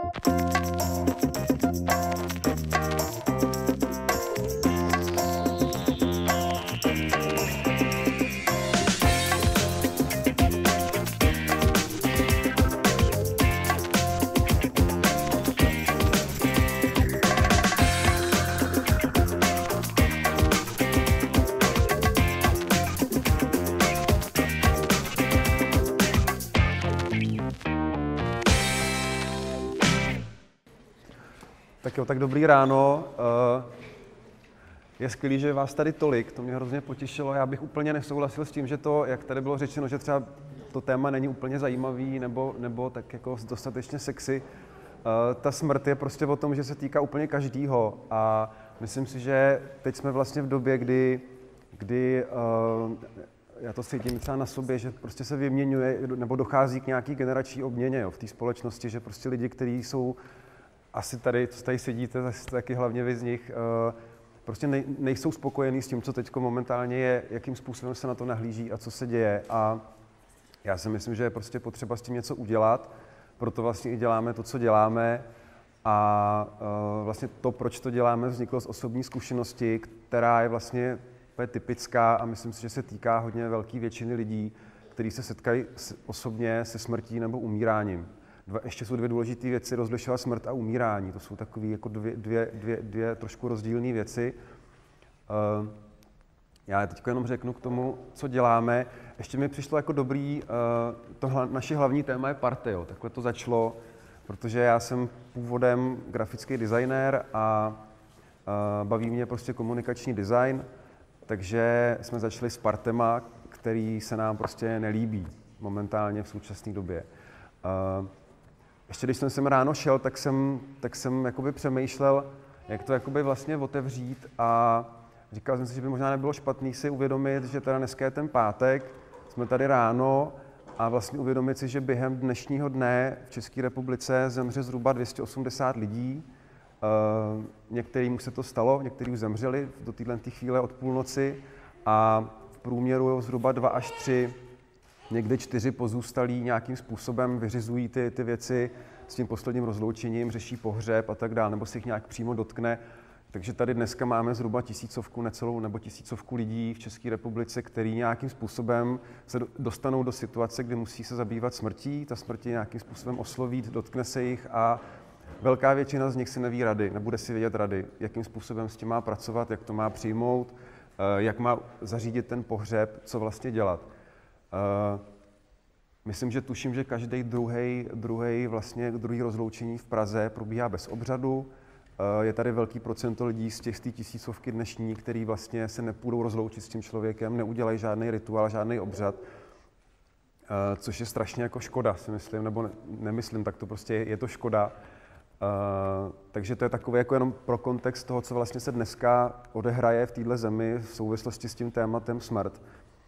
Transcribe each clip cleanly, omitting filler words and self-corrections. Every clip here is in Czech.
Tak jo, tak dobrý ráno. Je skvělý, že je vás tady tolik, to mě hrozně potěšilo. Já bych úplně nesouhlasil s tím, že to, jak tady bylo řečeno, že třeba to téma není úplně zajímavý nebo tak jako dostatečně sexy. Ta smrt je prostě o tom, že se týká úplně každýho a myslím si, že teď jsme vlastně v době, kdy já to cítím třeba na sobě, že prostě se vyměňuje nebo dochází k nějaký generační obměně v té společnosti, že prostě lidi, kteří jsou asi tady, co tady sedíte, taky hlavně vy z nich, prostě nejsou spokojení s tím, co teď momentálně je, jakým způsobem se na to nahlíží a co se děje. A já si myslím, že je prostě potřeba s tím něco udělat, proto vlastně i děláme to, co děláme. A vlastně to, proč to děláme, vzniklo z osobní zkušenosti, která je vlastně typická a myslím si, že se týká hodně velké většiny lidí, kteří se setkají osobně se smrtí nebo umíráním. Ještě jsou dvě důležité věci, rozlišovat smrt a umírání. To jsou takové jako dvě trošku rozdílné věci. Já teď jenom řeknu k tomu, co děláme. Ještě mi přišlo jako dobrý, naše hlavní téma je party. Jo. Takhle to začalo, protože já jsem původem grafický designér a baví mě prostě komunikační design, takže jsme začali s partema, který se nám prostě nelíbí momentálně v současné době. Ještě když jsem sem ráno šel, tak jsem jakoby přemýšlel, jak to jakoby vlastně otevřít a říkal jsem si, že by možná nebylo špatný si uvědomit, že teda dneska je ten pátek, jsme tady ráno a vlastně uvědomit si, že během dnešního dne v České republice zemře zhruba 280 lidí. Některým se to stalo, někteří už zemřeli do této chvíle od půlnoci a v průměru zhruba 2 až 3 někde 4 pozůstalí nějakým způsobem vyřizují ty věci s tím posledním rozloučením, řeší pohřeb a tak dále, nebo se jich nějak přímo dotkne. Takže tady dneska máme zhruba necelou nebo tisícovku lidí v České republice, který nějakým způsobem se dostanou do situace, kdy musí se zabývat smrtí, ta smrt je nějakým způsobem osloví, dotkne se jich a velká většina z nich si neví rady, nebude si vědět rady, jakým způsobem s tím má pracovat, jak to má přijmout, jak má zařídit ten pohřeb, co vlastně dělat. Myslím, že tuším, že každý druhý rozloučení v Praze probíhá bez obřadu. Je tady velký procento lidí z té tisícovky dnešní, který vlastně se nepůjdou rozloučit s tím člověkem, neudělají žádný rituál, žádný obřad, což je strašně jako škoda, si myslím, nebo nemyslím, tak to prostě je to škoda. Takže to je takové jako jenom pro kontext toho, co vlastně se dneska odehraje v této zemi v souvislosti s tím tématem smrt.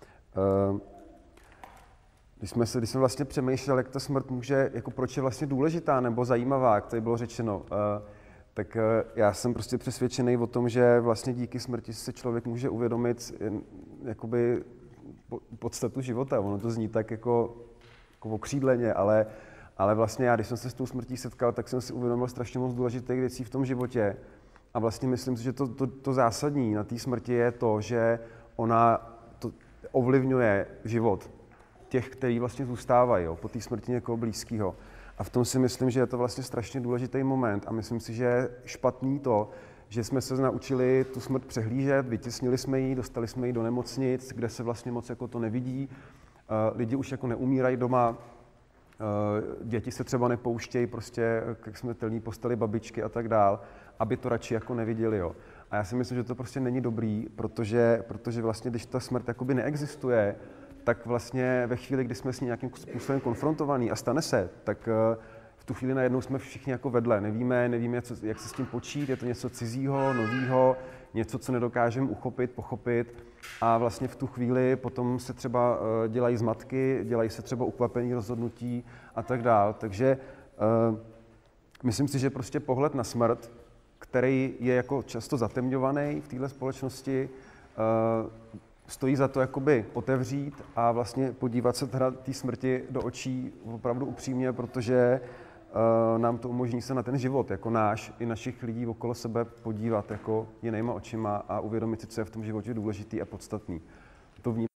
Když jsem vlastně přemýšlel, jak ta smrt může, jako proč je vlastně důležitá nebo zajímavá, jak tady bylo řečeno, tak já jsem prostě přesvědčený o tom, že vlastně díky smrti se člověk může uvědomit jakoby podstatu života. Ono to zní tak jako okřídleně, ale vlastně já, když jsem se s tou smrtí setkal, tak jsem si uvědomil strašně moc důležitých věcí v tom životě. A vlastně myslím si, že to zásadní na té smrti je to, že ona to ovlivňuje život těch, kteří vlastně zůstávají po té smrti někoho blízkého. A v tom si myslím, že je to vlastně strašně důležitý moment a myslím si, že je špatný to, že jsme se naučili tu smrt přehlížet, vytěsnili jsme ji, dostali jsme ji do nemocnic, kde se vlastně moc jako to nevidí. Lidi už jako neumírají doma, děti se třeba nepouštějí prostě k smrtelné posteli babičky a tak dál, aby to radši jako neviděli. Jo. A já si myslím, že to prostě není dobrý, protože vlastně, když ta smrt jakoby neexistuje, tak vlastně ve chvíli, kdy jsme s ní nějakým způsobem konfrontovaní a stane se, tak v tu chvíli najednou jsme všichni jako vedle. Nevíme, jak se s tím počít, je to něco cizího, novýho, něco, co nedokážeme uchopit, pochopit. A vlastně v tu chvíli potom se třeba dělají zmatky, dělají se třeba ukvapený rozhodnutí a tak dál. Takže myslím si, že prostě pohled na smrt, který je jako často zatemňovaný v této společnosti, stojí za to jakoby otevřít a vlastně podívat se teda té smrti do očí opravdu upřímně, protože nám to umožní se na ten život, jako náš, i našich lidí okolo sebe podívat jako jinýma očima a uvědomit si, co je v tom životě důležitý a podstatný. To vnímám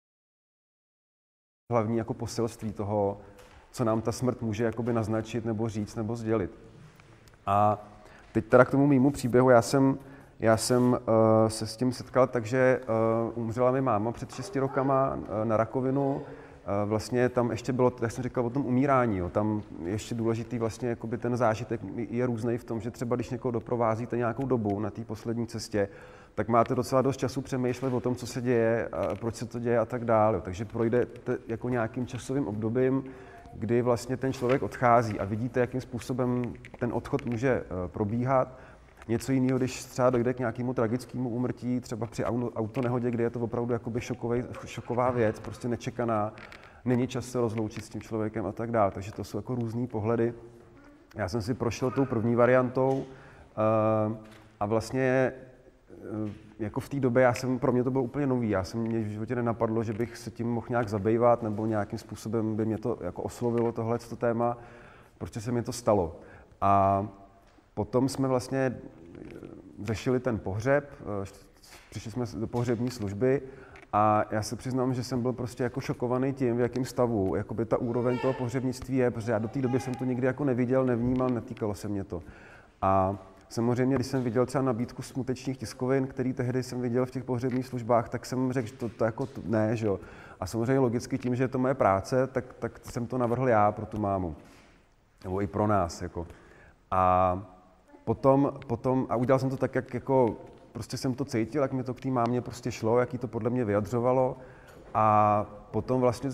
hlavní jako poselství toho, co nám ta smrt může jakoby naznačit, nebo říct, nebo sdělit. A teď teda k tomu mému příběhu, já jsem se s tím setkal tak, že umřela mi máma před 6 rokama na rakovinu. Vlastně tam ještě bylo, jak jsem říkal o tom umírání, jo. Tam ještě důležitý vlastně jakoby ten zážitek je různý v tom, že třeba když někoho doprovázíte nějakou dobu na té poslední cestě, tak máte docela dost času přemýšlet o tom, co se děje, a proč se to děje a tak dále. Takže projdete jako nějakým časovým obdobím, kdy vlastně ten člověk odchází a vidíte, jakým způsobem ten odchod může probíhat. Něco jiného, když třeba dojde k nějakému tragickému úmrtí, třeba při autonehodě, kdy je to opravdu jakoby šoková věc, prostě nečekaná, není čas se rozloučit s tím člověkem a tak dále. Takže to jsou jako různý pohledy. Já jsem si prošel tou první variantou a vlastně jako v té době pro mě to bylo úplně nový. Mě v životě nenapadlo, že bych se tím mohl nějak zabývat nebo nějakým způsobem by mě to jako oslovilo tohleto téma, prostě se mi to stalo. A potom jsme vlastně řešili ten pohřeb, přišli jsme do pohřební služby a já se přiznám, že jsem byl prostě jako šokovaný tím, v jakém stavu jakoby ta úroveň toho pohřebnictví je, protože já do té doby jsem to nikdy jako neviděl, nevnímal, netýkalo se mě to. A samozřejmě, když jsem viděl třeba nabídku smutečních tiskovin, který tehdy jsem viděl v těch pohřebních službách, tak jsem řekl, že to jako ne, že jo. A samozřejmě logicky tím, že je to moje práce, tak jsem to navrhl já pro tu mámu. Nebo i pro nás, jako. A potom a udělal jsem to tak, jak jako, prostě jsem to cítil, jak mi to k té mámě prostě šlo, jak jí to podle mě vyjadřovalo. A potom vlastně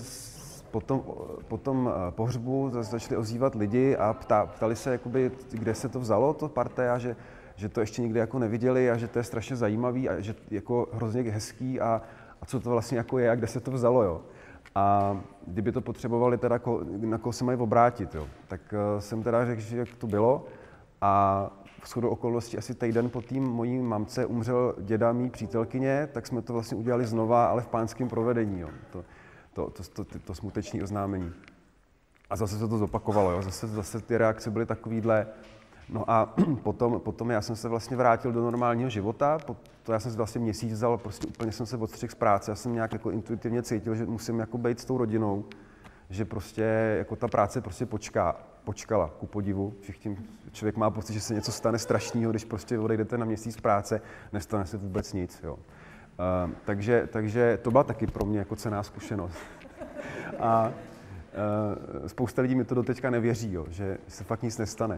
po tom pohřbu začali ozývat lidi a ptali se, jakoby, kde se to vzalo, to parté, a že to ještě nikdy jako neviděli a že to je strašně zajímavý a že jako hrozně hezký a co to vlastně jako je a kde se to vzalo, jo. A kdyby to potřebovali teda, na koho se mají obrátit, jo. Tak jsem teda řekl, že to bylo a shodou okolností asi týden po tým mojí mamce umřel děda mý přítelkyně, tak jsme to vlastně udělali znova, ale v pánském provedení, jo. To smutečné oznámení. A zase se to zopakovalo, jo. Zase ty reakce byly takovýhle. No a potom já jsem se vlastně vrátil do normálního života, já jsem si vlastně měsíc vzal, prostě úplně jsem se odstřihl z práce, já jsem nějak jako intuitivně cítil, že musím jako být s tou rodinou, že prostě jako ta práce prostě počkala, ku podivu. Člověk má pocit, že se něco stane strašného, když prostě odejdete na měsíc z práce, nestane se vůbec nic, jo. Takže to byla taky pro mě jako cenná zkušenost. A spousta lidí mi to doteďka nevěří, jo, že se fakt nic nestane.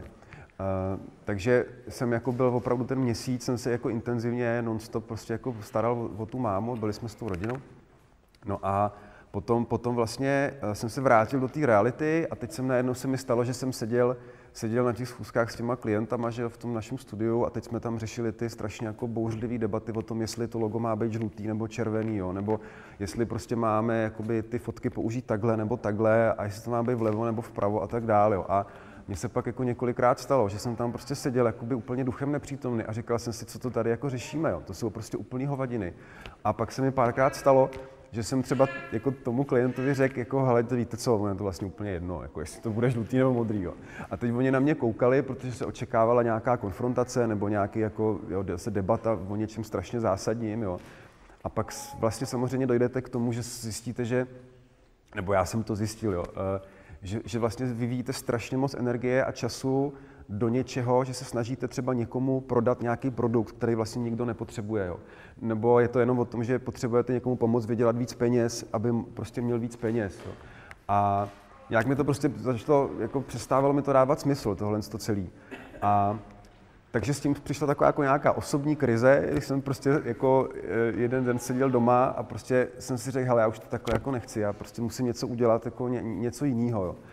Takže jsem jako byl opravdu ten měsíc, jsem se jako intenzivně non-stop prostě jako staral o tu mámu, byli jsme s tou rodinou. No a potom vlastně jsem se vrátil do té reality a teď najednou se mi stalo, že jsem seděl na těch schůzkách s těma klientama, že v tom našem studiu a teď jsme tam řešili ty strašně jako bouřlivé debaty o tom, jestli to logo má být žlutý nebo červený, jo, nebo jestli prostě máme jakoby ty fotky použít takhle nebo takhle a jestli to má být vlevo nebo vpravo a tak dále, jo. A mně se pak jako několikrát stalo, že jsem tam prostě seděl jakoby úplně duchem nepřítomný a říkal jsem si, co to tady jako řešíme, jo. To jsou prostě úplný hovadiny. A pak se mi párkrát stalo, že jsem třeba jako tomu klientovi řekl, jako hele, to víte co, je to vlastně úplně jedno, jako jestli to bude žlutý nebo modrý, jo. A teď oni na mě koukali, protože se očekávala nějaká konfrontace nebo nějaký jako, jo, debata o něčem strašně zásadním, jo. A pak vlastně samozřejmě dojdete k tomu, že zjistíte, že, nebo já jsem to zjistil, jo, že vlastně vyvíjíte strašně moc energie a času do něčeho, že se snažíte třeba někomu prodat nějaký produkt, který vlastně nikdo nepotřebuje. Jo. Nebo je to jenom o tom, že potřebujete někomu pomoct vydělat víc peněz, aby prostě měl víc peněz. Jo. A nějak mi to prostě začalo, jako přestávalo mi to dávat smysl, tohle to celý. A takže s tím přišla taková jako nějaká osobní krize, když jsem prostě jako jeden den seděl doma a prostě jsem si řekl, hele, já už to takhle jako nechci, já prostě musím něco udělat, jako něco jiného. Jo.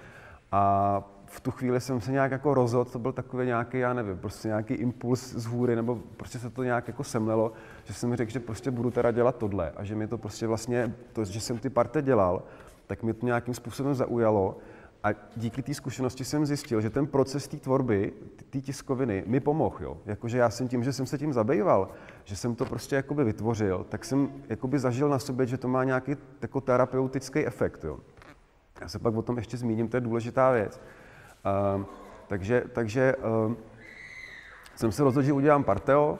A v tu chvíli jsem se nějak jako rozhodl, to byl takový nějaký, já nevím, prostě nějaký impuls z hůry, nebo prostě se to nějak jako semlelo, že jsem mi řekl, že prostě budu teda dělat tohle a že mi to prostě vlastně, to, že jsem ty parte dělal, tak mi to nějakým způsobem zaujalo a díky té zkušenosti jsem zjistil, že ten proces té tvorby, té tiskoviny mi pomohl, jo. Jakože já jsem tím, že jsem se tím zabýval, že jsem to prostě jakoby vytvořil, tak jsem jakoby zažil na sobě, že to má nějaký jako terapeutický efekt, jo. Já se pak o tom ještě zmíním, to je důležitá věc. Takže jsem se rozhodl, že udělám Parteo.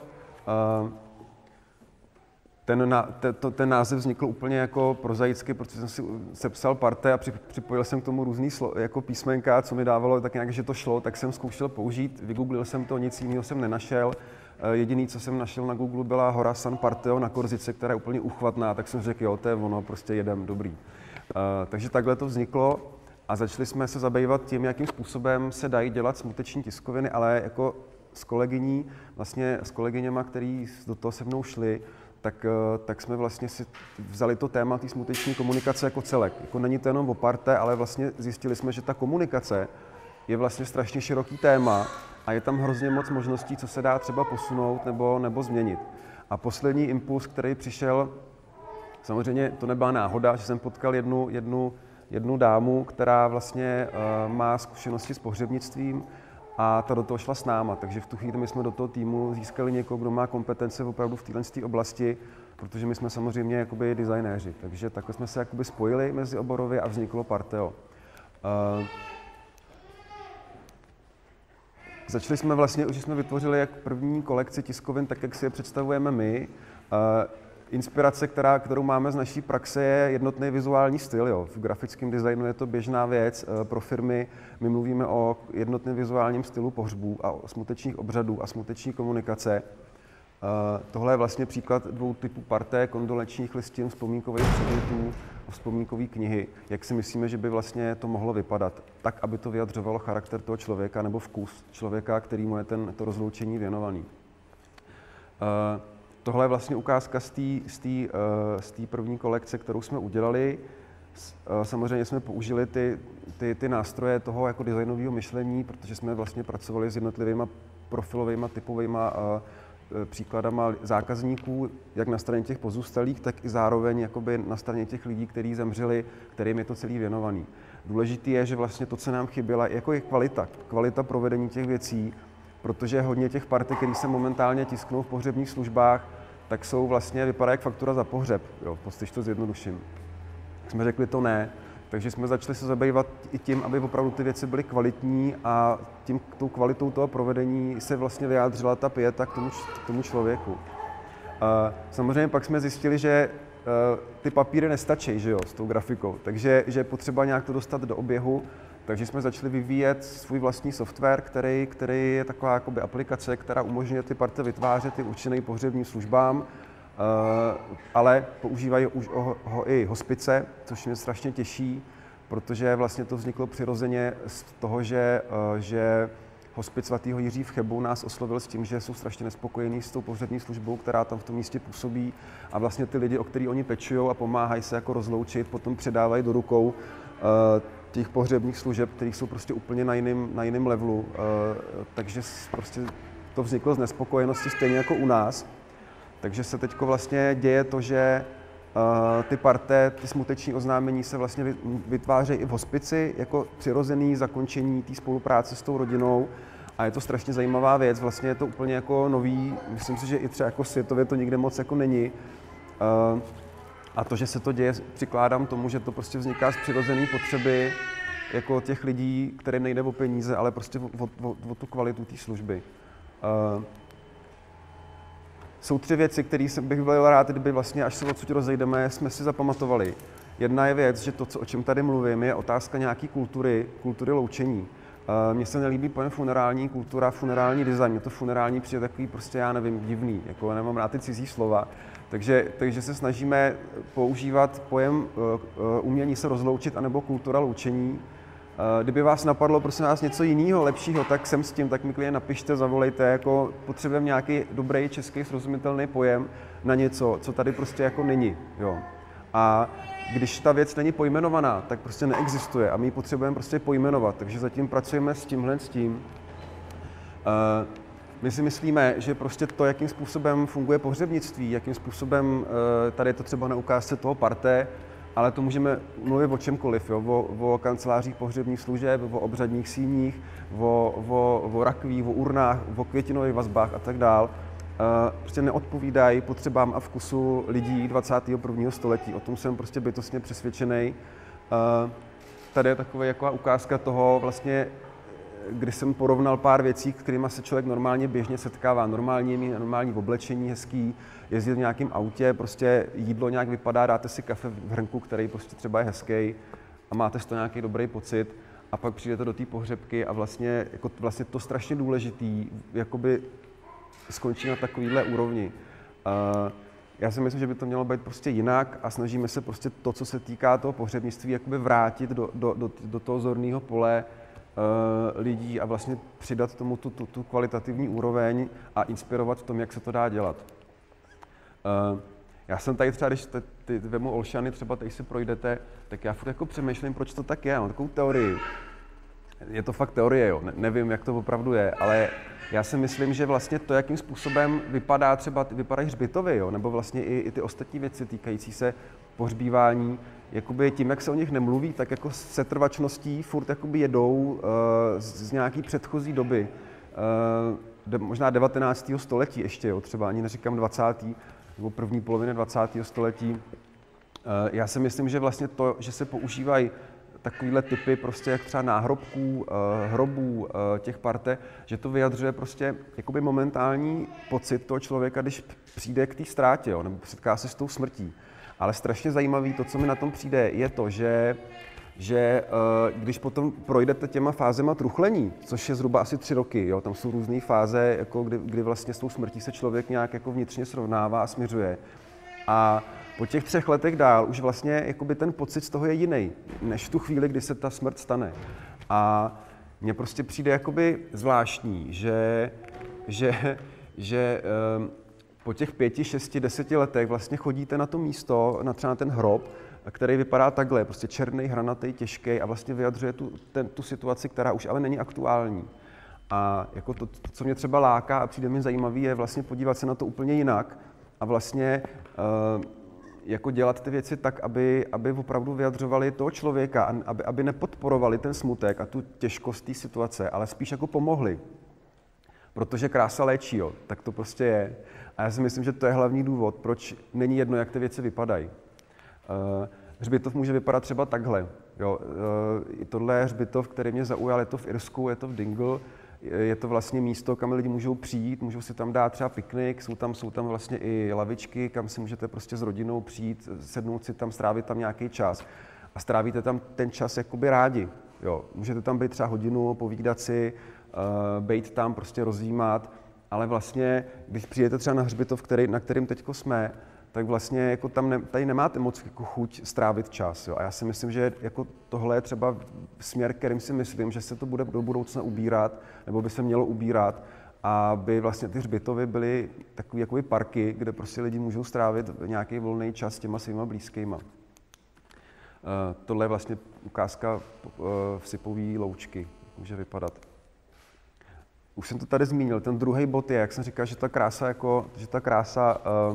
Ten název vznikl úplně jako prozaicky, protože jsem si sepsal Parte a připojil jsem k tomu různý jako písmenka, co mi dávalo tak nějak, že to šlo, tak jsem zkoušel použít, vygooglil jsem to, nic jiného jsem nenašel. Jediný, co jsem našel na Google, byla hora San Parteo na Korzice, která je úplně uchvatná, tak jsem řekl, jo, to je ono, prostě jedem, dobrý. Takže takhle to vzniklo a začali jsme se zabývat tím, jakým způsobem se dají dělat smuteční tiskoviny, ale jako s kolegyní, vlastně s kolegyněma, který do toho se mnou šli, tak jsme vlastně si vzali to téma té smuteční komunikace jako celek. Jako není to jenom o Parte, ale vlastně zjistili jsme, že ta komunikace je vlastně strašně široký téma a je tam hrozně moc možností, co se dá třeba posunout nebo změnit. A poslední impuls, který přišel, samozřejmě to nebyla náhoda, že jsem potkal jednu dámu, která vlastně má zkušenosti s pohřebnictvím, a ta do toho šla s náma, takže v tu chvíli my jsme do toho týmu získali někoho, kdo má kompetence opravdu v této oblasti, protože my jsme samozřejmě jakoby designéři, takže takhle jsme se jakoby spojili mezi oborově a vzniklo Parteo. Začali jsme vlastně, že jsme vytvořili jak první kolekci tiskovin, tak jak si je představujeme my. Inspirace, kterou máme z naší praxe, je jednotný vizuální styl. Jo. V grafickém designu je to běžná věc. Pro firmy my mluvíme o jednotném vizuálním stylu pohřbů a o smutečních obřadů a smuteční komunikace. Tohle je vlastně příklad dvou typů Parte, kondolenčních listin, vzpomínkových předmětů a vzpomínkové knihy. Jak si myslíme, že by vlastně to mohlo vypadat? Tak, aby to vyjadřovalo charakter toho člověka nebo vkus člověka, kterýmu je to rozloučení věnovaný. Tohle je vlastně ukázka z té první kolekce, kterou jsme udělali. Samozřejmě jsme použili ty nástroje toho jako designového myšlení, protože jsme vlastně pracovali s jednotlivými profilovými, typovými příkladama zákazníků, jak na straně těch pozůstalých, tak i zároveň jakoby na straně těch lidí, kteří zemřeli, kterým je to celý věnovaný. Důležité je, že vlastně to, co nám chyběla, jako je kvalita provedení těch věcí, protože hodně těch party, které se momentálně tisknou v pohřebních službách, tak jsou vlastně, vypadá jak faktura za pohřeb, jo, když to zjednoduším. Tak jsme řekli to ne, takže jsme začali se zabývat i tím, aby opravdu ty věci byly kvalitní a tou kvalitou toho provedení se vlastně vyjádřila ta pieta k tomu člověku. Samozřejmě pak jsme zjistili, že ty papíry nestačí, že jo, s tou grafikou, takže že je potřeba nějak to dostat do oběhu. Takže jsme začali vyvíjet svůj vlastní software, který je taková jakoby aplikace, která umožňuje ty parte vytvářet i určený pohřebním službám, ale používají už ho i hospice, což mě strašně těší, protože vlastně to vzniklo přirozeně z toho, že hospic svatého Jiří v Chebu nás oslovil s tím, že jsou strašně nespokojení s tou pohřební službou, která tam v tom místě působí a vlastně ty lidi, o který oni pečují a pomáhají se jako rozloučit, potom předávají do rukou těch pohřebních služeb, které jsou prostě úplně na jiném levelu, takže prostě to vzniklo z nespokojenosti stejně jako u nás. Takže se teď vlastně děje to, že ty parte, ty smuteční oznámení se vlastně vytvářejí i v hospici jako přirozený zakončení té spolupráce s tou rodinou a je to strašně zajímavá věc, vlastně je to úplně jako nový, myslím si, že i třeba jako světově to nikde moc jako není. A to, že se to děje, přikládám tomu, že to prostě vzniká z přirozené potřeby jako těch lidí, kterým nejde o peníze, ale prostě o tu kvalitu té služby. Jsou 3 věci, které bych byl rád, kdyby vlastně, až se odsud rozejdeme, jsme si zapamatovali. Jedna je věc, že to, o čem tady mluvím, je otázka nějaké kultury loučení. Mně se nelíbí pojem funerální kultura, funerální design. Mně to funerální přijde takový prostě, já nevím, divný, jako nemám rád ty cizí slova. Takže se snažíme používat pojem umění se rozloučit anebo kultura loučení. Kdyby vás napadlo, prosím vás, něco jiného, lepšího, tak sem s tím, tak mi klidně napište, zavolejte, jako potřebujeme nějaký dobrý český srozumitelný pojem na něco, co tady prostě jako není. Jo. A když ta věc není pojmenovaná, tak prostě neexistuje a my ji potřebujeme prostě pojmenovat, takže zatím pracujeme s tímhle s tím. My si myslíme, že prostě to, jakým způsobem funguje pohřebnictví, jakým způsobem, tady je to třeba na ukázce toho parte, ale to můžeme mluvit o čemkoliv, jo? O kancelářích pohřebních služeb, o obřadních síních, o rakvích, o urnách, o květinových vazbách a tak dál. Prostě neodpovídají potřebám a vkusu lidí 21. století. O tom jsem prostě bytostně přesvědčený. Tady je taková jako ukázka toho vlastně, kdy jsem porovnal pár věcí, s kterými se člověk normálně běžně setkává. Normální oblečení, hezký, jezdit v nějakém autě, prostě jídlo nějak vypadá, dáte si kafe v hrnku, který prostě třeba je hezký a máte z toho nějaký dobrý pocit. A pak přijdete do té pohřebky a vlastně to strašně důležitý, jakoby skončí na takovýhle úrovni. Já si myslím, že by to mělo být prostě jinak a snažíme se prostě to, co se týká toho pohřebnictví, jakoby vrátit do toho zorného pole lidí a vlastně přidat tomu tu kvalitativní úroveň a inspirovat v tom, jak se to dá dělat. Já jsem tady třeba, když ty vemu Olšany, třeba tady si projdete, tak já furt jako přemýšlím, proč to tak je. Mám takovou teorii. Je to fakt teorie, jo. Nevím, jak to opravdu je, ale já si myslím, že vlastně to, jakým způsobem vypadají hřbitovy, jo, nebo vlastně i ty ostatní věci týkající se pohřbívání, jakoby tím, jak se o nich nemluví, tak jako s setrvačností furt jakoby jedou z nějaký předchozí doby. Možná 19. století ještě, jo, třeba ani neříkám 20. nebo první poloviny 20. století. Já si myslím, že vlastně to, že se používají takovýhle typy prostě jak třeba náhrobků, hrobů, těch parte, že to vyjadřuje prostě jakoby momentální pocit toho člověka, když přijde k té ztrátě, jo, nebo setká se s tou smrtí. Ale strašně zajímavý, to, co mi na tom přijde, je to, že když potom projdete těma fázema truchlení, což je zhruba asi 3 roky, jo, tam jsou různé fáze, jako kdy vlastně s tou smrtí se člověk nějak jako vnitřně srovnává a směřuje. A po těch 3 letech dál už vlastně jakoby ten pocit z toho je jiný, než v tu chvíli, kdy se ta smrt stane. A mně prostě přijde jakoby zvláštní, že po těch 5, 6, 10 letech vlastně chodíte na to místo, třeba na ten hrob, který vypadá takhle, prostě černý, hranatý, těžký a vlastně vyjadřuje tu situaci, která už ale není aktuální. A jako to, co mě třeba láká a přijde mi zajímavý, je vlastně podívat se na to úplně jinak a vlastně jako dělat ty věci tak, aby opravdu vyjadřovali toho člověka, aby nepodporovali ten smutek a tu těžkost té situace, ale spíš jako pomohli. Protože krása léčí, jo, tak to prostě je. A já si myslím, že to je hlavní důvod, proč není jedno, jak ty věci vypadají. Hřbitov může vypadat třeba takhle. Jo. Tohle je hřbitov, který mě zaujal, je to v Irsku, je to v Dingle. Je to vlastně místo, kam lidi můžou přijít, můžou si tam dát třeba piknik, jsou tam vlastně i lavičky, kam si můžete prostě s rodinou přijít, sednout si tam, strávit tam nějaký čas. A strávíte tam ten čas jakoby rádi. Jo. Můžete tam být třeba hodinu, povídat si, bejt tam, prostě rozjímat, ale vlastně, když přijdete třeba na hřbitov, na kterým teďko jsme, tak vlastně jako tady nemáte moc jako chuť strávit čas. Jo. A já si myslím, že jako tohle je třeba směr, kterým si myslím, že se to bude do budoucna ubírat, nebo by se mělo ubírat, aby vlastně ty hřbitovy byly takové jakoby parky, kde prostě lidi můžou strávit nějaký volný čas s těma svýma blízkýma. Tohle je vlastně ukázka vsypový loučky, jak může vypadat. Už jsem to tady zmínil, ten druhý bod je, jak jsem říkal, že ta krása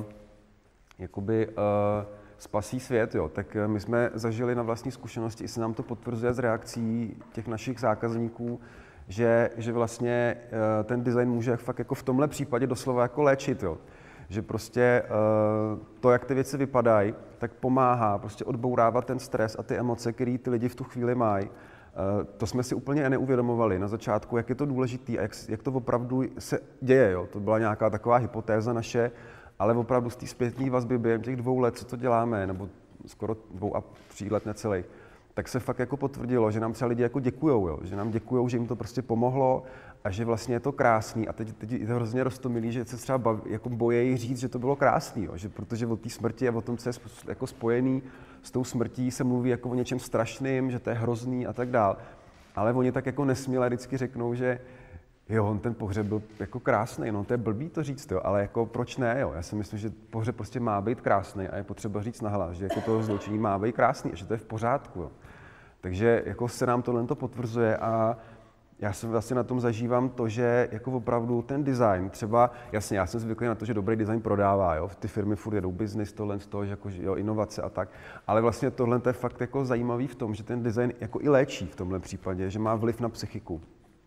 jakoby spasí svět, jo. Tak my jsme zažili na vlastní zkušenosti, i se nám to potvrzuje z reakcí těch našich zákazníků, že vlastně ten design může fakt jako v tomhle případě doslova jako léčit, jo. Že prostě to, jak ty věci vypadají, tak pomáhá prostě odbourávat ten stres a ty emoce, které ty lidi v tu chvíli mají. To jsme si úplně neuvědomovali na začátku, jak je to důležitý a jak to opravdu se děje, jo. To byla nějaká taková hypotéza naše, ale opravdu z té zpětné vazby během těch 2 let, co to děláme, nebo skoro 2 a 3 let necelých, tak se fakt jako potvrdilo, že nám třeba lidi jako děkujou, jo? Že nám děkujou, že jim to prostě pomohlo a že vlastně je to krásný. A teď je to hrozně roztomilý, že se třeba jako bojejí říct, že to bylo krásný, jo? Že protože o té smrti a o tom, co je jako spojený s tou smrtí, se mluví jako o něčem strašným, že to je hrozný a tak dál. Ale oni tak jako nesměle vždycky řeknou, že jo, on ten pohřeb byl jako krásný, no to je blbý to říct, jo, ale jako proč ne, jo? Já si myslím, že pohřeb prostě má být krásný a je potřeba říct nahlas, že jako toho zloučení má být krásný a že to je v pořádku, jo. Takže jako se nám tohle potvrzuje a já jsem vlastně na tom zažívám to, že jako opravdu ten design, třeba, jasně, já jsem zvyklý na to, že dobrý design prodává, jo, ty firmy furt jedou business, tohle z toho, že jako, jo, inovace a tak, ale vlastně tohle je fakt jako zajímavý v tom, že ten design jako i léčí v tomhle případě, že má vliv na psychiku.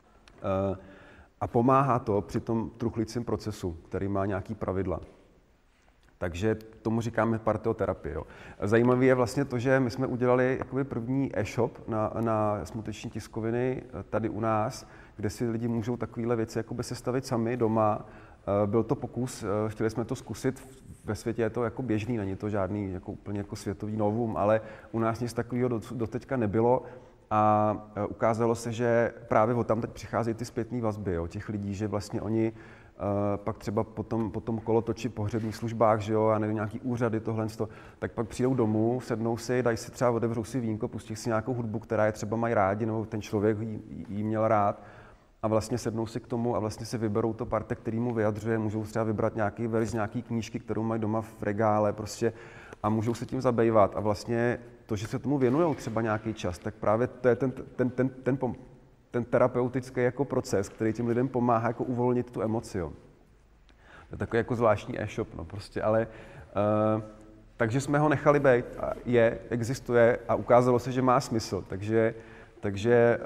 A pomáhá to při tom truchlicím procesu, který má nějaký pravidla. Takže tomu říkáme parteoterapie. Jo. Zajímavé je vlastně to, že my jsme udělali jakoby první e-shop na smuteční tiskoviny tady u nás, kde si lidi můžou takovéhle věci jakoby sestavit sami doma. Byl to pokus, chtěli jsme to zkusit, ve světě je to jako běžný, není to žádný jako úplně jako světový novum, ale u nás nic takového doteďka nebylo a ukázalo se, že právě od tam teď přicházejí ty zpětné vazby, jo, těch lidí, že vlastně oni pak třeba potom kolotoči po pohřebních službách, že jo, a nevím, nějaký úřady, tohle, tak pak přijdou domů, sednou si, dají si třeba, otevřou si vínko, pustí si nějakou hudbu, která je třeba mají rádi, nebo ten člověk jí měl rád, a vlastně sednou si k tomu a vlastně si vyberou to parte, který mu vyjadřuje, můžou třeba vybrat nějaký verš, nějaký knížky, kterou mají doma v regále prostě a můžou se tím zabývat a vlastně to, že se tomu věnují třeba nějaký čas, tak právě to je ten terapeutický jako proces, který těm lidem pomáhá jako uvolnit tu emoci. Jo. To je takový jako zvláštní e-shop, no prostě, ale takže jsme ho nechali být, existuje a ukázalo se, že má smysl, takže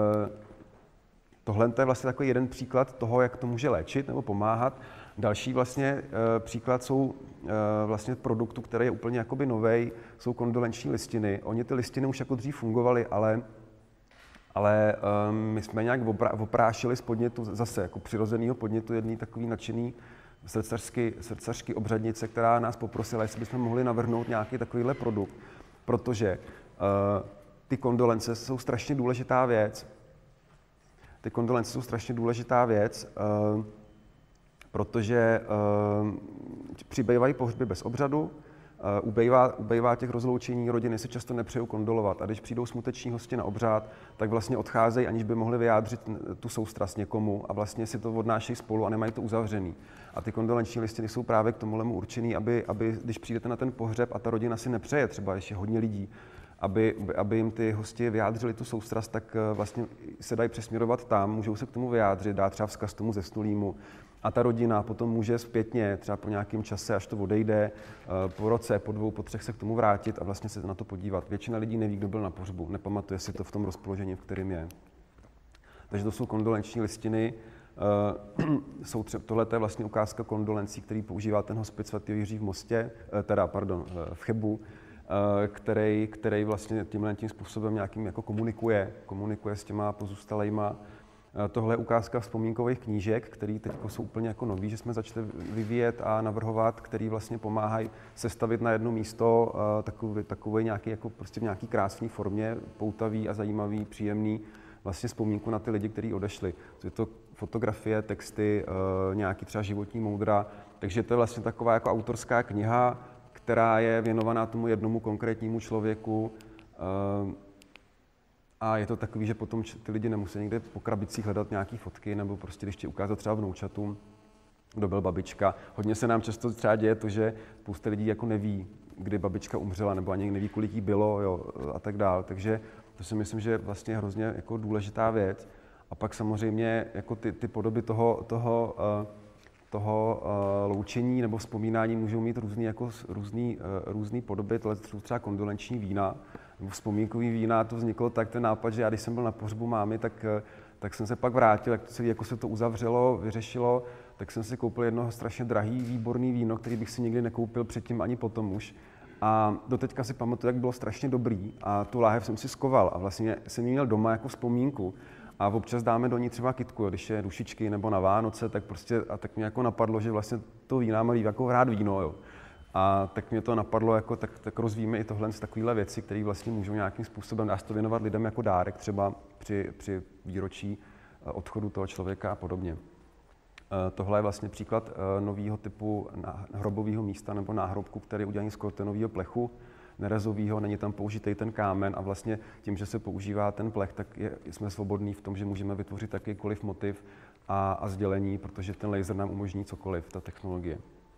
tohle je vlastně takový jeden příklad toho, jak to může léčit nebo pomáhat. Další vlastně příklad jsou vlastně produktů, který je úplně jakoby novej, jsou kondolenční listiny. Oni ty listiny už jako dřív fungovaly, ale my jsme nějak oprášili z podnětu, zase jako přirozeného podnětu jedný takový nadšený srdcařky obřadnice, která nás poprosila, jestli bychom mohli navrhnout nějaký takovýhle produkt, protože ty kondolence jsou strašně důležitá věc. Protože přibývají pohřby bez obřadu, ubejvá těch rozloučení, rodiny si často nepřejou kondolovat a když přijdou smuteční hosti na obřad, tak vlastně odcházejí, aniž by mohli vyjádřit tu soustrast někomu a vlastně si to odnášejí spolu a nemají to uzavřený. A ty kondolenční listiny jsou právě k tomuhlemu určený, aby když přijdete na ten pohřeb a ta rodina si nepřeje třeba ještě hodně lidí, aby jim ty hosti vyjádřili tu soustrast, tak vlastně se dají přesměrovat tam, můžou se k tomu vyjádřit, dát třeba vzkaz tomu zesnulýmu. A ta rodina potom může zpětně, třeba po nějakém čase, až to odejde, po roce, po 2, po 3 se k tomu vrátit a vlastně se na to podívat. Většina lidí neví, kdo byl na pohřbu, nepamatuje si to v tom rozpoložení, v kterém je. Takže to jsou kondolenční listiny. Tohle je vlastně ukázka kondolencí, který používá ten hospic sv. Jiří v Mostě, v Chebu, který vlastně tím způsobem nějakým jako komunikuje s těma pozůstalejma. Tohle je ukázka vzpomínkových knížek, které teď jsou úplně jako nový, že jsme začali vyvíjet a navrhovat, který vlastně pomáhají sestavit na jedno místo takový nějaký, jako prostě v nějaký krásné formě, poutavý a zajímavý, příjemný, vlastně vzpomínku na ty lidi, kteří odešli. Je to fotografie, texty, nějaký třeba životní moudra, takže to je vlastně taková jako autorská kniha, která je věnovaná tomu jednomu konkrétnímu člověku. A je to takový, že potom ty lidi nemusí někde po krabicích hledat nějaké fotky, nebo prostě když ti ukázat třeba vnoučatům, kdo byl babička. Hodně se nám často třeba děje to, že spousta lidí jako neví, kdy babička umřela, nebo ani neví, kolik jí bylo, jo, a tak dál. Takže to si myslím, že je vlastně hrozně jako důležitá věc. A pak samozřejmě jako ty podoby toho loučení nebo vzpomínání můžou mít různý podoby. Tohle jsou třeba kondolenční vína, nebo vzpomínkový vína. To vzniklo tak, ten nápad, že já když jsem byl na pohřbu mámy, tak jsem se pak vrátil, jak jako se to uzavřelo, vyřešilo, tak jsem si koupil jedno strašně drahý, výborný víno, který bych si nikdy nekoupil předtím ani potom už. A doteďka si pamatuju, jak bylo strašně dobrý a tu láhev jsem si skoval a vlastně jsem ji měl doma jako vzpomínku. A občas dáme do ní třeba kytku, když je dušičky nebo na Vánoce, tak prostě, a tak mě jako napadlo, že vlastně to vína má jako rád víno, jo. A tak mě to napadlo, jako, tak rozvíjíme i tohle z takovéhle věci, které vlastně můžou nějakým způsobem, dá se to věnovat lidem jako dárek, třeba při výročí odchodu toho člověka a podobně. Tohle je vlastně příklad nového typu hrobového místa nebo náhrobku, který je udělaný z korotenového plechu, nerezovýho, není tam použitý ten kámen a vlastně tím, že se používá ten plech, tak jsme svobodní v tom, že můžeme vytvořit jakýkoliv motiv a sdělení, protože ten laser nám umožní cokoliv, ta technologie.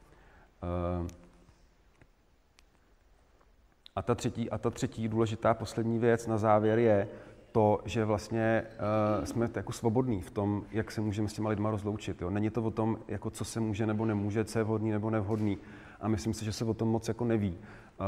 A ta třetí důležitá poslední věc na závěr je to, že vlastně jsme jako svobodní v tom, jak se můžeme s těma lidma rozloučit. Jo. Není to o tom, jako co se může nebo nemůže, co je vhodný nebo nevhodný. A myslím si, že se o tom moc jako neví.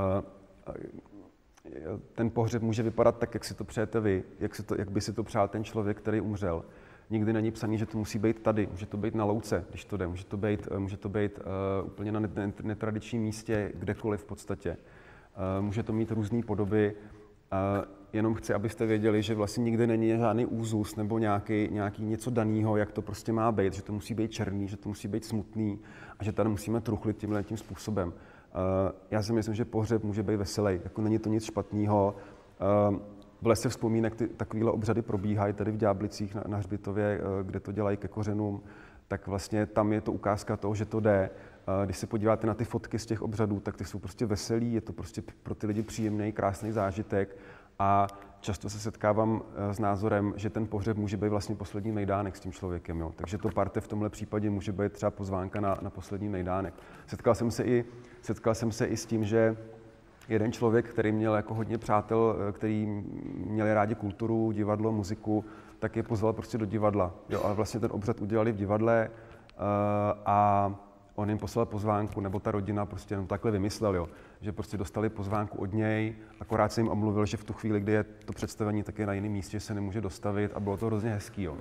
Ten pohřeb může vypadat tak, jak si to přejete vy, jak by si to přál ten člověk, který umřel. Nikdy není psaný, že to musí být tady, může to být na louce, když to jde, může to být úplně na netradičním místě, kdekoliv v podstatě. Může to mít různé podoby. Jenom chci, abyste věděli, že vlastně nikdy není žádný úzus nebo nějaký něco daného, jak to prostě má být, že to musí být černý, že to musí být smutný a že tady musíme truchlit tím způsobem. Já si myslím, že pohřeb může být veselý, jako není to nic špatného. V lese vzpomínek takovéhle obřady probíhají tady v Ďáblicích na hřbitově, kde to dělají ke kořenům, tak vlastně tam je to ukázka toho, že to jde. Když se podíváte na ty fotky z těch obřadů, tak ty jsou prostě veselý, je to prostě pro ty lidi příjemný, krásný zážitek a často se setkávám s názorem, že ten pohřeb může být vlastně poslední mejdánek s tím člověkem. Jo. Takže to parte v tomhle případě může být třeba pozvánka na poslední mejdánek. Setkal jsem se i s tím, že jeden člověk, který měl jako hodně přátel, který měli rádi kulturu, divadlo, muziku, tak je pozval prostě do divadla. Jo, ale vlastně ten obřad udělali v divadle a on jim poslal pozvánku, nebo ta rodina prostě jenom takhle vymyslel, jo, že prostě dostali pozvánku od něj, akorát se jim omluvil, že v tu chvíli, kdy je to představení, tak je na jiném místě, se nemůže dostavit a bylo to hrozně hezký. Jo.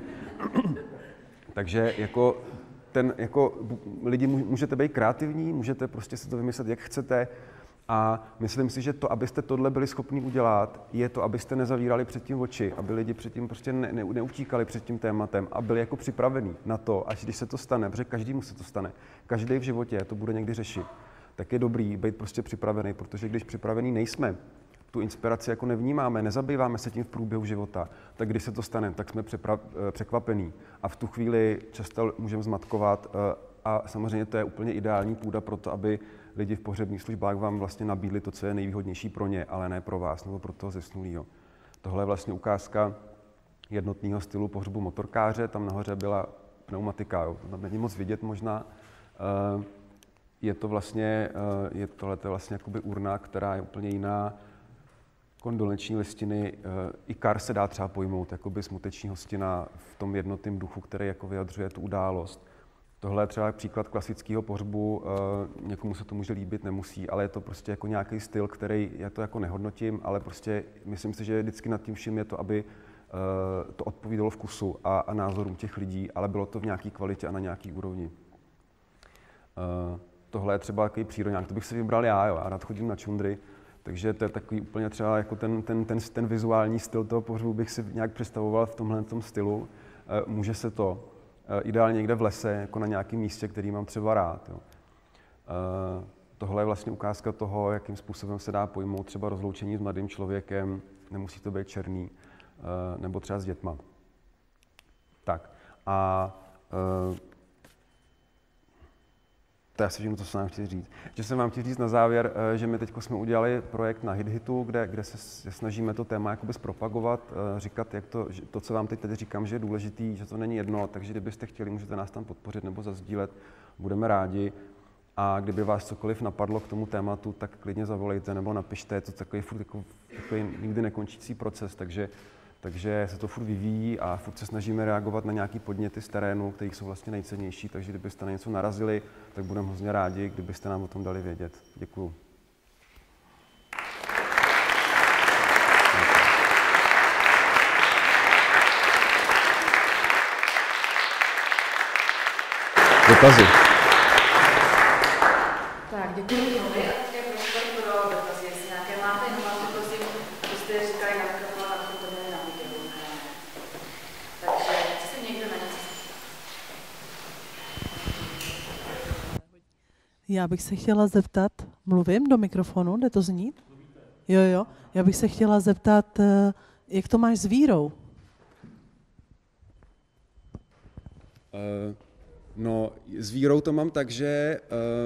Takže lidi můžete být kreativní, můžete prostě si to vymyslet, jak chcete, a myslím si, že to, abyste tohle byli schopni udělat, je to, abyste nezavírali před tím oči, aby lidi předtím prostě neutíkali před tím tématem a byli jako připravení na to, až když se to stane, protože každému se to stane, každý v životě to bude někdy řešit, tak je dobrý být prostě připravený, protože když připravení nejsme, tu inspiraci jako nevnímáme, nezabýváme se tím v průběhu života, tak když se to stane, tak jsme překvapení a v tu chvíli často můžeme zmatkovat a samozřejmě to je úplně ideální půda pro to, aby lidi v pohřebních službách vám vlastně nabídli to, co je nejvýhodnější pro ně, ale ne pro vás nebo pro toho zesnulého. Tohle je vlastně ukázka jednotného stylu pohřbu motorkáře, tam nahoře byla pneumatika, jo. Tam není moc vidět možná. Je to vlastně jakoby urna, která je úplně jiná. Kondolenční listiny, ikar se dá třeba pojmout, jakoby smuteční hostina v tom jednotném duchu, který jako vyjadřuje tu událost. Tohle je třeba příklad klasického pohřbu, někomu se to může líbit, nemusí, ale je to prostě jako nějaký styl, který já to jako nehodnotím, ale prostě myslím si, že vždycky nad tím vším je to, aby to odpovídalo vkusu a názorům těch lidí, ale bylo to v nějaké kvalitě a na nějaké úrovni. Tohle je třeba takový přírodňák, to bych si vybral já, jo, a rád chodím na čundry, takže to je takový úplně třeba jako ten vizuální styl toho pohřbu bych si nějak představoval v tomhle stylu. Může se to ideálně někde v lese, jako na nějakém místě, který mám třeba rád. Jo. Tohle je vlastně ukázka toho, jakým způsobem se dá pojmout třeba rozloučení s mladým člověkem, nemusí to být černý, nebo třeba s dětma. Tak a to je asi všechno, co jsem vám chtěl říct. Že jsem vám chtěl říct na závěr, že my teď jsme udělali projekt na HitHitu, kde se snažíme to téma jakoby zpropagovat, říkat, jak to, co vám teď říkám, že je důležitý, že to není jedno, takže kdybyste chtěli, můžete nás tam podpořit nebo zazdílet, budeme rádi. A kdyby vás cokoliv napadlo k tomu tématu, tak klidně zavolejte nebo napište, je to takový nikdy nekončící proces, takže se to furt vyvíjí a furt se snažíme reagovat na nějaký podněty z terénu, které jsou vlastně nejcennější, takže kdybyste na něco narazili, tak budeme hrozně rádi, kdybyste nám o tom dali vědět. Děkuju. Dotazy. Tak, děkuji. Já bych se chtěla zeptat, mluvím do mikrofonu, jde to znít? Jo. Já bych se chtěla zeptat, jak to máš s vírou? No, s vírou to mám tak, že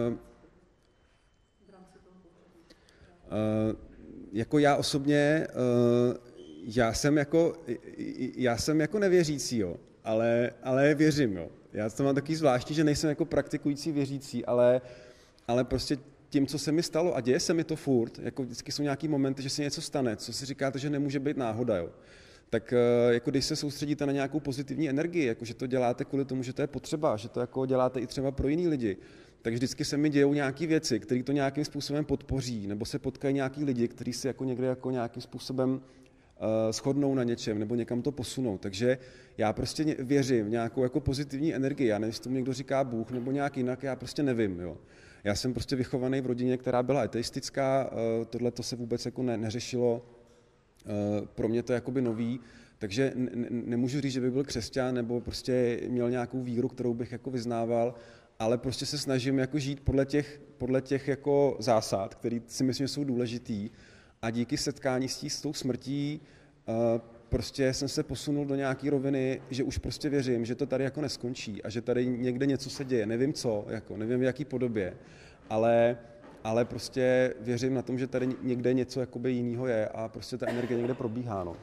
jako já osobně, já jsem jako nevěřící, jo, ale věřím, jo. Já to mám takový zvláštní, že nejsem jako praktikující věřící, ale prostě tím, co se mi stalo, a děje se mi to furt, jako vždycky jsou nějaký momenty, že se něco stane, co si říkáte, že nemůže být náhoda, jo. Tak jako když se soustředíte na nějakou pozitivní energii, jako že to děláte kvůli tomu, že to je potřeba, že to jako děláte i třeba pro jiný lidi, tak vždycky se mi dějou nějaké věci, které to nějakým způsobem podpoří, nebo se potkají nějaký lidi, kteří si jako někde jako nějakým způsobem shodnou na něčem nebo někam to posunou. Takže já prostě věřím v nějakou jako pozitivní energii. Já nevím, jestli tomu někdo říká Bůh nebo nějak jinak, já prostě nevím. Jo. Já jsem prostě vychovaný v rodině, která byla ateistická, tohle to se vůbec jako neřešilo. Pro mě to je jakoby nový, takže nemůžu říct, že bych byl křesťan nebo prostě měl nějakou víru, kterou bych jako vyznával, ale prostě se snažím jako žít podle těch jako zásad, které si myslím, že jsou důležitý, a díky setkání s tou smrtí prostě jsem se posunul do nějaké roviny, že už prostě věřím, že to tady jako neskončí a že tady někde něco se děje, nevím co, jako, nevím v jaký podobě, ale prostě věřím na tom, že tady někde něco jakoby jinýho je a prostě ta energie někde probíhá, no.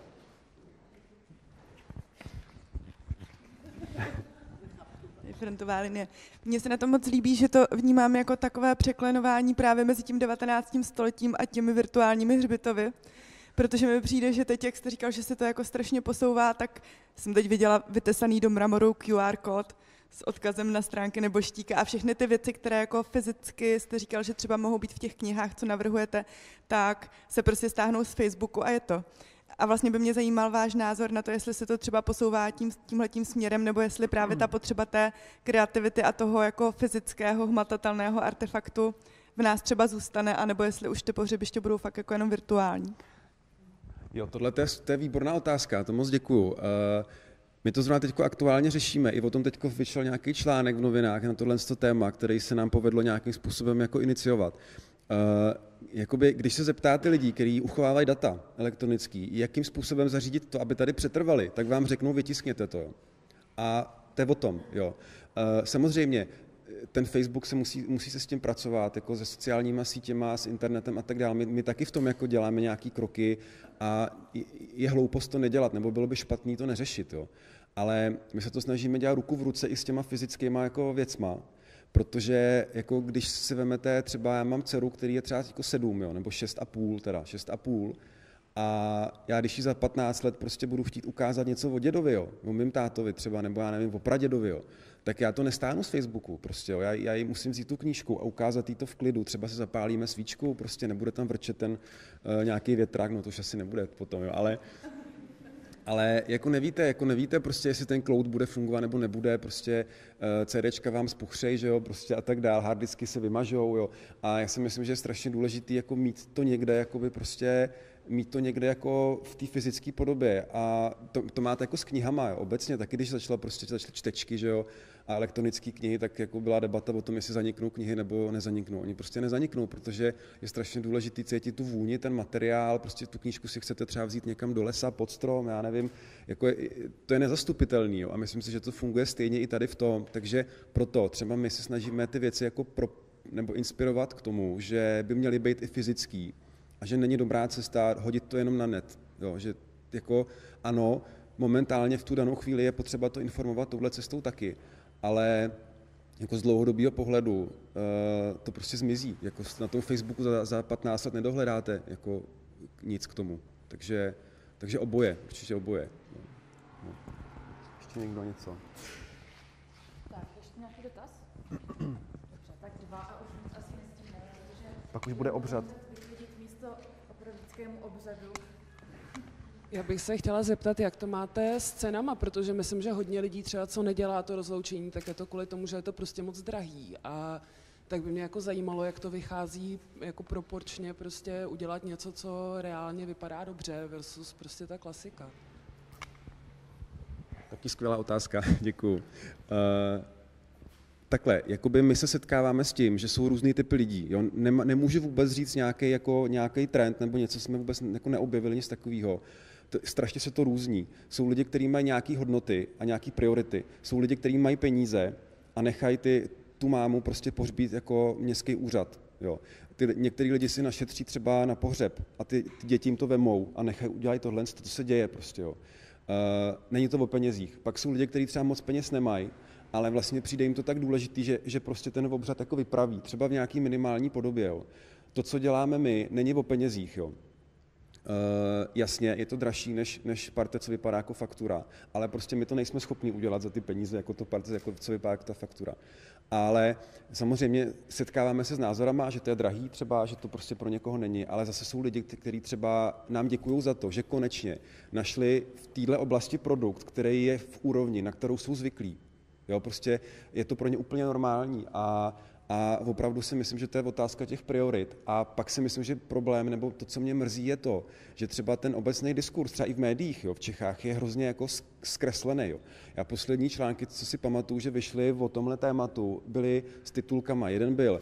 Frontová linie. Mně se na tom moc líbí, že to vnímám jako takové překlenování právě mezi tím 19. stoletím a těmi virtuálními hřbitovy, protože mi přijde, že teď, jak jste říkal, že se to jako strašně posouvá, tak jsem teď viděla vytesaný do mramoru QR kód s odkazem na stránky neboštíka a všechny ty věci, které jako fyzicky jste říkal, že třeba mohou být v těch knihách, co navrhujete, tak se prostě stáhnou z Facebooku a je to. A vlastně by mě zajímal váš názor na to, jestli se to třeba posouvá tímhletím směrem, nebo jestli právě ta potřeba té kreativity a toho jako fyzického, hmatatelného artefaktu v nás třeba zůstane, anebo jestli už ty pohřebiště budou fakt jako jenom virtuální. Jo, tohle to je výborná otázka, to moc děkuju. My to zrovna teď aktuálně řešíme, i o tom teď vyšel nějaký článek v novinách na tohle téma, který se nám povedlo nějakým způsobem jako iniciovat. Jakoby, když se zeptáte lidí, kteří uchovávají data elektronický, jakým způsobem zařídit to, aby tady přetrvali, tak vám řeknou, vytiskněte to. Jo. A to je o tom. Jo. Samozřejmě, ten Facebook se musí se s tím pracovat, jako se sociálníma sítěma, s internetem a tak dále. My taky v tom jako děláme nějaký kroky a je hloupost to nedělat, nebo bylo by špatný to neřešit. Jo. Ale my se to snažíme dělat ruku v ruce i s těma fyzickýma jako věcma, protože jako když si vemete, třeba já mám dceru, který je třeba jako 7, jo, nebo 6,5, a já když jí za 15 let prostě budu chtít ukázat něco o dědovi, jo, o mým tátovi třeba, nebo já nevím, o pradědovi, jo, tak já to nestáhnu z Facebooku, prostě, jo, já jí musím vzít tu knížku a ukázat jí to v klidu, třeba se zapálíme svíčku, prostě nebude tam vrčet ten nějaký větrák, no to už asi nebude potom, jo, ale jako nevíte prostě, jestli ten cloud bude fungovat nebo nebude, prostě CDčka vám spuchřej, že jo, prostě a tak dál, harddisky se vymažou, jo, a já si myslím, že je strašně důležitý jako mít to někde, jakoby prostě mít to někde jako v té fyzické podobě a to máte jako s knihama, jo. Obecně taky, když začaly čtečky, že jo, a elektronické knihy, tak jako byla debata o tom, jestli zaniknou knihy nebo nezaniknou. Oni prostě nezaniknou, protože je strašně důležitý cítit tu vůni, ten materiál, prostě tu knížku si chcete třeba vzít někam do lesa, pod strom, já nevím, jako to je nezastupitelný, jo. A myslím si, že to funguje stejně i tady v tom, takže proto třeba my se snažíme ty věci jako nebo inspirovat k tomu, že by měly být i fyzický, a že není dobrá cesta hodit to jenom na net. Jo, že jako ano, momentálně v tu danou chvíli je potřeba to informovat touhle cestou taky, ale jako z dlouhodobého pohledu to prostě zmizí. Jako na tom Facebooku za 15 let nedohledáte jako nic k tomu. Takže oboje, určitě oboje. No. Ještě někdo něco? Tak, ještě nějaký dotaz? Dobře, tak 2 a už asi nestihne, protože... Pak už bude obřad. Místo opravdickému obřadu. Já bych se chtěla zeptat, jak to máte s cenama, protože myslím, že hodně lidí třeba, co nedělá to rozloučení, tak je to kvůli tomu, že je to prostě moc drahý. A tak by mě jako zajímalo, jak to vychází jako proporčně prostě udělat něco, co reálně vypadá dobře versus prostě ta klasika. Taky skvělá otázka, děkuju. Takhle, jakoby my se setkáváme s tím, že jsou různý typy lidí. Jo? Nemůžu vůbec říct nějaký trend nebo něco, jsme vůbec jako neobjevili, nic takového. Strašně se to různí. Jsou lidi, kteří mají nějaké hodnoty a nějaké priority. Jsou lidi, kteří mají peníze a nechají tu mámu prostě pohřbít jako městský úřad. Jo? Některý lidi si našetří třeba na pohřeb a ty děti jim to vemou a nechají udělat tohle, to se děje prostě. Jo? Není to o penězích. Pak jsou lidi, kteří třeba moc peněz nemají, ale vlastně přijde jim to tak důležitý, že prostě ten obřad jako vypraví, třeba v nějaký minimální podobě. Jo. To, co děláme my, není o penězích. Jo. Jasně, je to dražší než parte, co vypadá jako faktura, ale prostě my to nejsme schopni udělat za ty peníze, jako to parte, jako co vypadá jako ta faktura. Ale samozřejmě setkáváme se s názorama, že to je drahý třeba, že to prostě pro někoho není, ale zase jsou lidi, kteří třeba nám děkují za to, že konečně našli v této oblasti produkt, který je v úrovni, na kterou jsou zvyklí. Jo, prostě je to pro ně úplně normální a A opravdu si myslím, že to je otázka těch priorit. A pak si myslím, že problém, nebo to, co mě mrzí, je to, že třeba ten obecný diskurs, třeba i v médiích, jo, v Čechách, je hrozně jako zkreslený. Jo. Já poslední články, co si pamatuju, že vyšly o tomhle tématu, byly s titulkama. Jeden byl,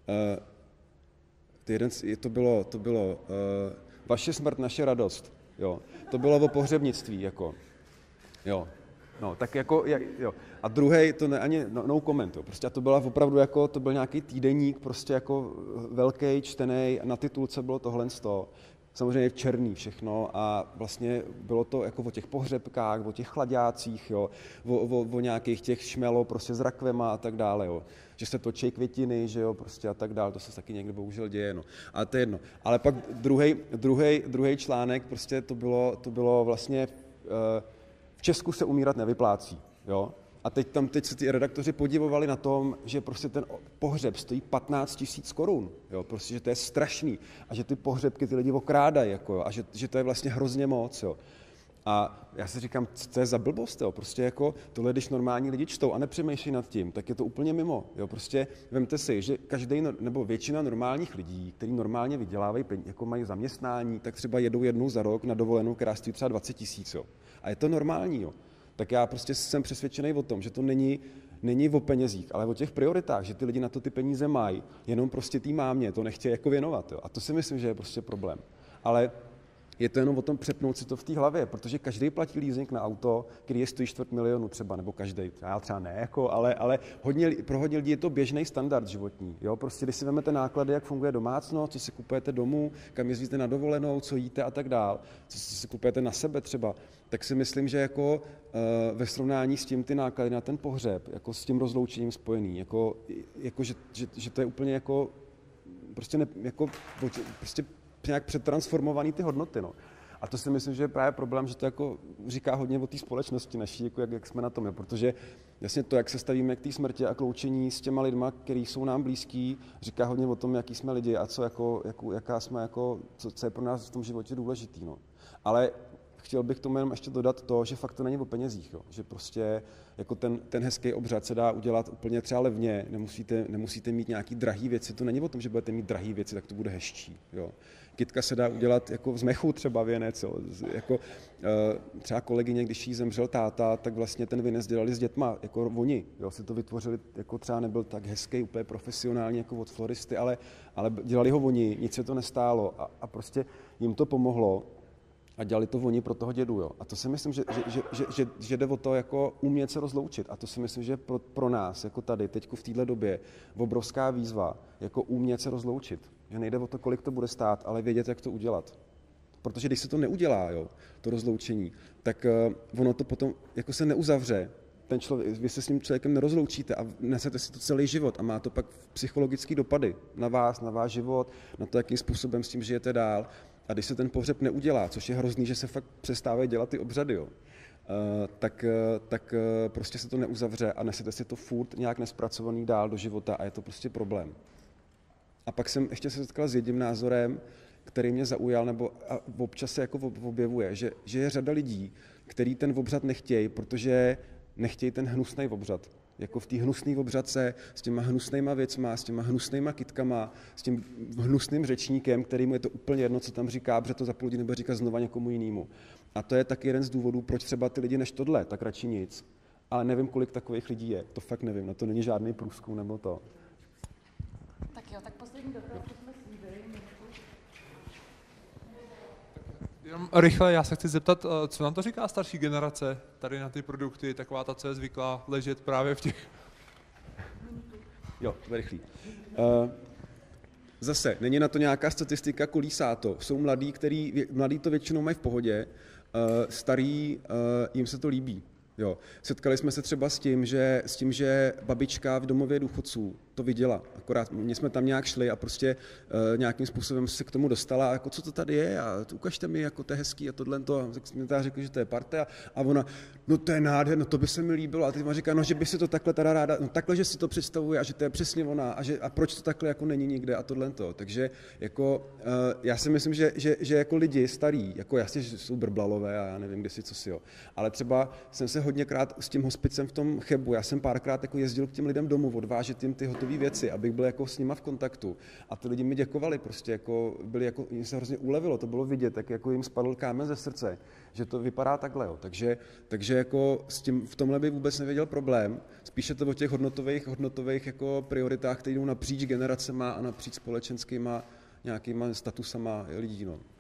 to bylo Vaše smrt, naše radost. Jo. To bylo o pohřebnictví. Jako. Jo. No, tak jako, jo. A druhý, to ne, ani no comment, jo. Prostě a to byla opravdu jako, to byl nějaký týdeník, prostě jako velký, čtený, na titulce bylo tohle z toho. Samozřejmě v černý všechno a vlastně bylo to jako o těch pohřebkách, o těch chlaďácích, jo, o nějakých těch šmelo prostě s rakvema a tak dále, jo. Že se točí květiny, že jo, prostě a tak dále, to se taky někde bohužel děje, no. Ale to je jedno. Ale pak druhý článek, prostě to bylo vlastně v Česku se umírat nevyplácí, jo. A teď se ty redaktoři podivovali na tom, že prostě ten pohřeb stojí 15 000 korun, jo, prostě, že to je strašný a že ty pohřebky ty lidi okrádají, jako, jo, a že to je vlastně hrozně moc, jo. A já si říkám, co to je za blbost, jo, prostě jako tohle, když normální lidi čtou a nepřemýšlejí nad tím, tak je to úplně mimo, jo, prostě vemte si, že každý, nebo většina normálních lidí, kteří normálně vydělávají, jako mají zaměstnání, tak třeba jedou jednou za rok na dovolenou, která stojí třeba 20 000, jo. A je to normální, jo. Tak já prostě jsem přesvědčený o tom, že to není o penězích, ale o těch prioritách, že ty lidi na to ty peníze mají, jenom prostě tý mámě to nechtějí jako věnovat. Jo. A to si myslím, že je prostě problém. Ale je to jenom o tom přepnout si to v té hlavě, protože každý platí leasing na auto, který je stojí 250 000 třeba, nebo každý, já třeba ne, jako, ale pro hodně lidí je to běžný standard životní. Jo. Prostě když si vezmete náklady, jak funguje domácnost, co si kupujete domů, kam jezdíte na dovolenou, co jíte a tak dál, co si kupujete na sebe třeba, tak si myslím, že jako ve srovnání s tím ty náklady na ten pohřeb, jako s tím rozloučením spojený, že to je úplně jako prostě nějak přetransformovaný ty hodnoty. No. A to si myslím, že je právě problém, že to jako říká hodně o té společnosti naší, jako jak jsme na tom, jo. Protože jasně to, jak se stavíme k té smrti a k loučení s těma lidma, který jsou nám blízký, říká hodně o tom, jaký jsme lidi a jaká jsme jako, co je pro nás v tom životě důležitý. No. Ale chtěl bych tomu jenom ještě dodat to, že fakt to není o penězích, jo. Že prostě jako ten hezký obřad se dá udělat úplně třeba levně, nemusíte mít nějaký drahý věci, to není o tom, že budete mít drahý věci, tak to bude hezčí, jo. Kytka se dá udělat jako z mechu třeba věnec, jo. Jako, třeba kolegyně, když jí zemřel táta, tak vlastně ten věnec dělali s dětma, jako oni, jo, si to vytvořili, jako třeba nebyl tak hezký, úplně profesionální jako od floristy, ale dělali ho oni, nic se to nestálo a prostě jim to pomohlo. A dělali to oni pro toho dědu, jo. A to si myslím, že jde o to jako umět se rozloučit. A to si myslím, že pro nás, jako tady, teď v této době, obrovská výzva, jako umět se rozloučit. Že nejde o to, kolik to bude stát, ale vědět, jak to udělat. Protože když se to neudělá, jo, to rozloučení, tak ono to potom jako se neuzavře. Ten člověk, vy se s tím člověkem nerozloučíte a nesete si to celý život a má to pak psychologické dopady na vás, na váš život, na to, jakým způsobem s tím žijete dál. A když se ten pohřeb neudělá, což je hrozný, že se fakt přestávají dělat ty obřady, jo, tak prostě se to neuzavře a nesete si to furt nějak nespracovaný dál do života a je to prostě problém. A pak jsem ještě se setkal s jedním názorem, který mě zaujal, nebo a občas se jako objevuje, že je řada lidí, kteří ten obřad nechtějí, protože nechtějí ten hnusný obřad. Jako v té hnusné obřadce, s těma hnusnýma věcma, s těma hnusnýma kytkama, s tím hnusným řečníkem, kterýmu je to úplně jedno, co tam říká, protože to za půl hodiny bude říkat znova někomu jinému. A to je taky jeden z důvodů, proč třeba ty lidi než tohle, tak radši nic. Ale nevím, kolik takových lidí je. To fakt nevím, na to není žádný průzkum nebo to. Tak jo, tak poslední dotaz, jsme slíbili. Jenom rychle, já se chci zeptat, co nám to říká starší generace tady na ty produkty, taková ta, co je zvyklá ležet právě v těch... Jo, rychlý. Zase, není na to nějaká statistika, kolísá to. Jsou mladí to většinou mají v pohodě, starý, jim se to líbí. Jo. Setkali jsme se třeba s tím, že babička v domově důchodců to viděla. Akorát my jsme tam nějak šli a prostě nějakým způsobem se k tomu dostala, jako co to tady je a ukažte mi, jako to je hezký a tohle to. A jsme teda řekli, že to je parta a ona, no to je nádherné, no to by se mi líbilo. A teď má říká, no že by si to takhle teda ráda, no takhle, že si to představuje a že to je přesně ona a proč to takhle jako není nikde a tohle to. Takže jako já si myslím, že jako lidi starí, jako jasně, že jsou brblalové a já nevím, kde si co si jo. Ale třeba jsem se hodněkrát s tím hospicem v tom Chebu, já jsem párkrát jako jezdil k těm lidem domů, odvážet jim ty hotové takové věci, abych byl jako s nima v kontaktu. A ty lidi mi děkovali, prostě jako byli jako, jim se hrozně ulevilo, to bylo vidět, tak jako jim spadl kámen ze srdce, že to vypadá takhle, jo. Takže jako s tím v tomhle by vůbec nevěděl problém, spíše to o těch hodnotových jako prioritách, které jdou napříč generacema a napříč společenskýma nějakýma statusama lidí, no.